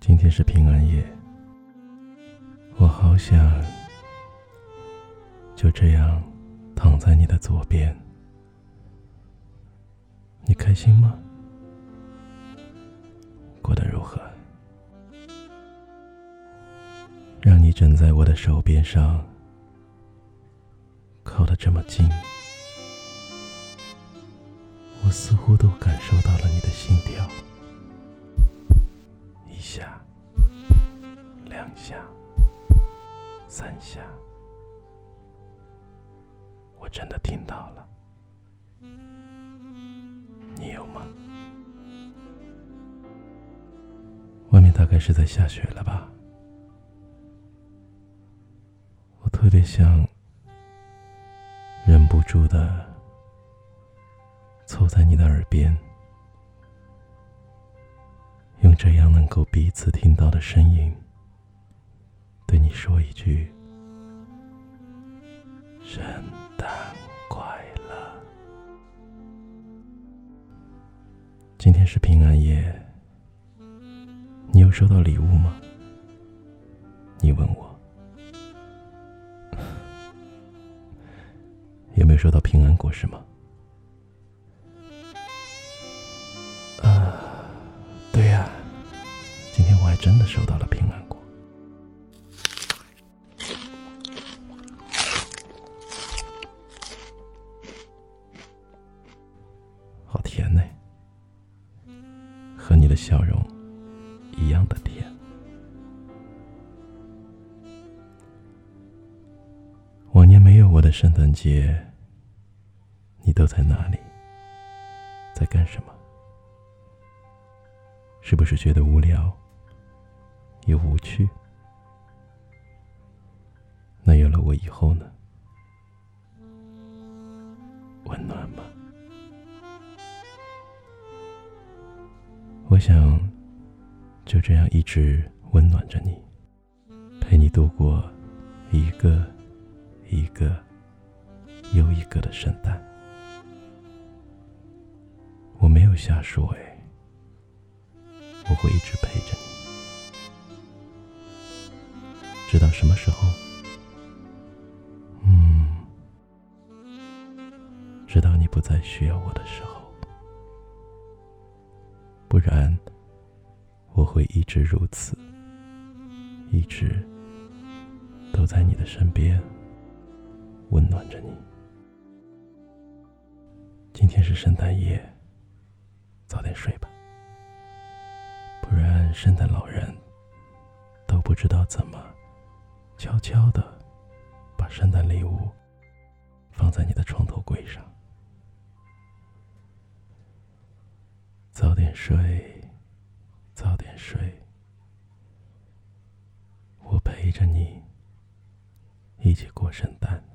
今天是平安夜，我好想就这样躺在你的左边。你开心吗？过得如何？让你枕在我的手边上，靠得这么近，我似乎都感受到了你的心跳，一下，两下，三下，我真的听到了。你有吗？外面大概是在下雪了吧？我特别想忍不住的凑在你的耳边，用这样能够彼此听到的声音对你说一句圣诞快乐。今天是平安夜，你有收到礼物吗？你问我有没有收到平安果是吗？对呀，今天我还真的收到了平安果。好甜呢，和你的笑容一样的甜。往年没有我的圣诞节，你都在哪里？在干什么？是不是觉得无聊又无趣？那有了我以后呢？温暖吗？我想就这样一直温暖着你，陪你度过一个一个又一个的圣诞。我没有瞎说我会一直陪着你，直到什么时候？直到你不再需要我的时候。不然我会一直如此，一直都在你的身边，温暖着你。今天是圣诞夜，早点睡吧，不然圣诞老人都不知道怎么悄悄地把圣诞礼物放在你的床头柜上。早点睡，早点睡，我陪着你一起过圣诞。